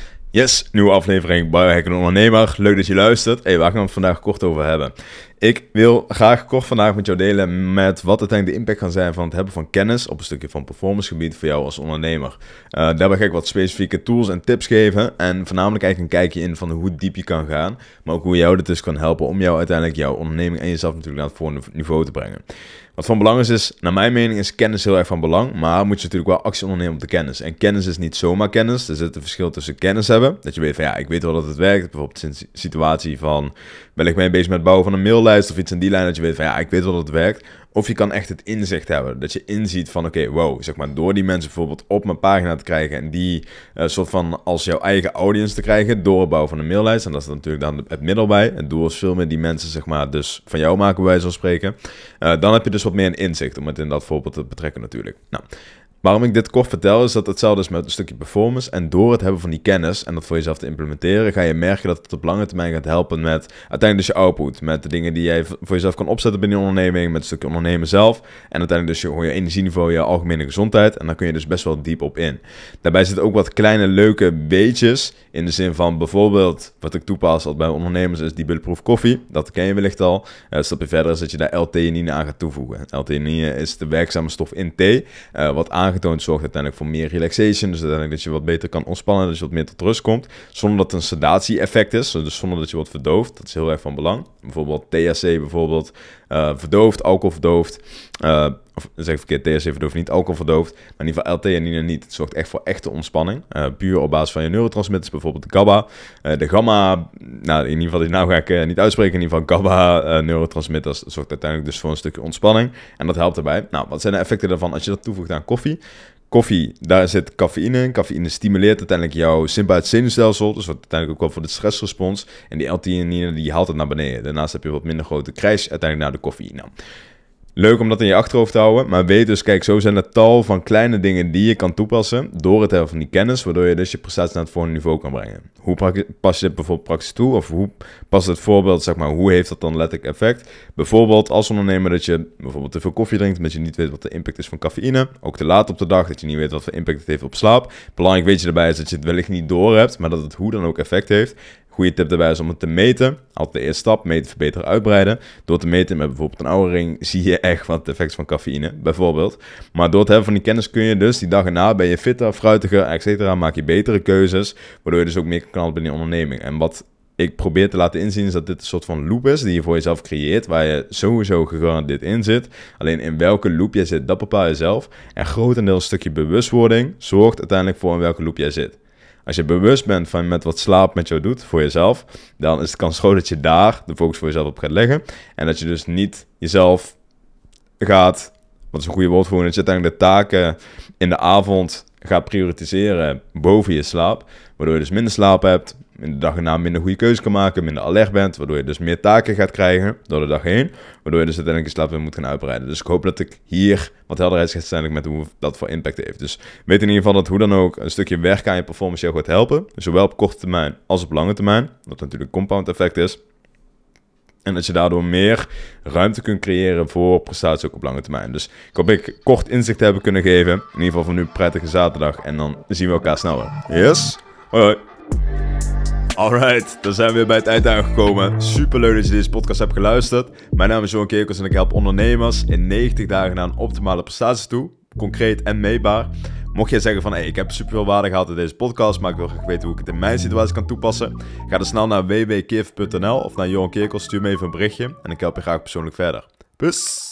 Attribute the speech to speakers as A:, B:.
A: Yes, nieuwe aflevering Biohacken Ondernemer. Leuk dat je luistert. Waar gaan we het vandaag kort over hebben? Ik wil graag kort vandaag met jou delen met wat uiteindelijk de impact kan zijn van het hebben van kennis op een stukje van performancegebied voor jou als ondernemer. Daarbij ga ik wat specifieke tools en tips geven en voornamelijk eigenlijk een kijkje in van hoe diep je kan gaan, maar ook hoe jou dit dus kan helpen om jou uiteindelijk jouw onderneming en jezelf natuurlijk naar het volgende niveau te brengen. Wat van belang is, naar mijn mening, is kennis heel erg van belang, maar moet je natuurlijk wel actie ondernemen op de kennis. En kennis is niet zomaar kennis. Er zit een verschil tussen kennis hebben, dat je weet van ja, ik weet wel dat het werkt. Bijvoorbeeld in de situatie van, ben ik mee bezig met het bouwen van een maillijst of iets in die lijn, dat je weet van ja, ik weet wel dat het werkt. Of je kan echt het inzicht hebben, dat je inziet van oké, wow, zeg maar door die mensen bijvoorbeeld op mijn pagina te krijgen en die soort van als jouw eigen audience te krijgen door het bouwen van een maillijst. En dat is natuurlijk dan het middel bij. Het doel is veel meer die mensen zeg maar dus van jou maken, bij wijze van spreken. Dan heb je dus wat meer een inzicht om het in dat voorbeeld te betrekken natuurlijk. Nou, waarom ik dit kort vertel is dat hetzelfde is met een stukje performance. En door het hebben van die kennis en dat voor jezelf te implementeren, ga je merken dat het op lange termijn gaat helpen met uiteindelijk dus je output. Met de dingen die jij voor jezelf kan opzetten binnen je onderneming, met een stukje ondernemen zelf. En uiteindelijk dus je energieniveau, je algemene gezondheid. En daar kun je dus best wel diep op in. Daarbij zitten ook wat kleine leuke weetjes. In de zin van bijvoorbeeld, wat ik toepas als bij ondernemers is die bulletproof koffie. Dat ken je wellicht al. Een stapje verder is dat je daar L-theanine aan gaat toevoegen. L-theanine is de werkzame stof in thee, wat aangetoond zorgt uiteindelijk voor meer relaxation. Dus uiteindelijk dat je wat beter kan ontspannen, dat je wat meer tot rust komt. Zonder dat het een sedatie-effect is, dus zonder dat je wordt verdooft. Dat is heel erg van belang. Bijvoorbeeld THC bijvoorbeeld verdooft, alcohol verdooft. Of zeg ik verkeerd, THC verdooft niet, alcohol verdooft. Maar in ieder geval L-theanine niet. Het zorgt echt voor echte ontspanning. Puur op basis van je neurotransmitters, bijvoorbeeld de GABA. De gamma, nou in ieder geval die naam ga ik niet uitspreken. In ieder geval GABA neurotransmitters zorgt uiteindelijk dus voor een stukje ontspanning. En dat helpt erbij. Nou, wat zijn de effecten daarvan als je dat toevoegt aan koffie? Koffie, daar zit cafeïne in. Cafeïne stimuleert uiteindelijk jouw sympathisch zenuwstelsel. Dus wat uiteindelijk ook wel voor de stressrespons. En die L-theanine die haalt het naar beneden. Daarnaast heb je wat minder grote crash uiteindelijk naar de koffie. Nou, leuk om dat in je achterhoofd te houden. Maar weet dus, kijk, zo zijn er tal van kleine dingen die je kan toepassen door het hebben van die kennis, waardoor je dus je prestatie naar het volgende niveau kan brengen. Hoe pas je dit bijvoorbeeld praktisch toe? Of hoe past het voorbeeld, zeg maar, hoe heeft dat dan letterlijk effect? Bijvoorbeeld als ondernemer dat je bijvoorbeeld te veel koffie drinkt, omdat je niet weet wat de impact is van cafeïne. Ook te laat op de dag, dat je niet weet wat voor impact het heeft op slaap. Belangrijk weet je daarbij is dat je het wellicht niet door hebt, maar dat het hoe dan ook effect heeft. Goede tip daarbij is om het te meten. Altijd de eerste stap, meten, verbeteren, uitbreiden. Door te meten met bijvoorbeeld een oude ring zie je echt wat het effect is van cafeïne, bijvoorbeeld. Maar door het hebben van die kennis kun je dus die dag erna ben je fitter, fruitiger, etc. Maak je betere keuzes, waardoor je dus ook meer kan knallen binnen je onderneming. En wat ik probeer te laten inzien is dat dit een soort van loop is die je voor jezelf creëert, waar je sowieso gegarandeerd in zit. Alleen in welke loop jij zit, dat bepaal je zelf. En grotendeels een stukje bewustwording zorgt uiteindelijk voor in welke loop jij zit. Als je bewust bent van met wat slaap met jou doet voor jezelf, dan is de kans groot dat je daar de focus voor jezelf op gaat leggen. En dat je dus niet jezelf gaat, wat is een goede woordvoering, dat je uiteindelijk de taken in de avond gaat prioritiseren boven je slaap. Waardoor je dus minder slaap hebt, in de dag erna minder goede keuzes kan maken, minder alert bent. Waardoor je dus meer taken gaat krijgen door de dag heen. Waardoor je dus uiteindelijk je slaap weer moet gaan uitbreiden. Dus ik hoop dat ik hier wat helderheid ga stellen met hoe dat voor impact heeft. Dus weet in ieder geval dat hoe dan ook een stukje werken aan je performance jou gaat helpen. Zowel op korte termijn als op lange termijn. Wat natuurlijk compound effect is. En dat je daardoor meer ruimte kunt creëren voor prestatie ook op lange termijn. Dus ik hoop dat ik kort inzicht hebben kunnen geven. In ieder geval voor nu prettige zaterdag. En dan zien we elkaar snel weer. Yes? Hoi. Alright, dan zijn we weer bij het eind aangekomen. Super leuk dat je deze podcast hebt geluisterd. Mijn naam is Johan Kerkels en ik help ondernemers in 90 dagen naar een optimale prestatie toe. Concreet en meetbaar. Mocht jij zeggen van, ik heb super veel waarde gehad in deze podcast, maar ik wil graag weten hoe ik het in mijn situatie kan toepassen. Ga dan snel naar www.keerv.nl of naar Johan Kerkels, stuur me even een berichtje en ik help je graag persoonlijk verder. Peace!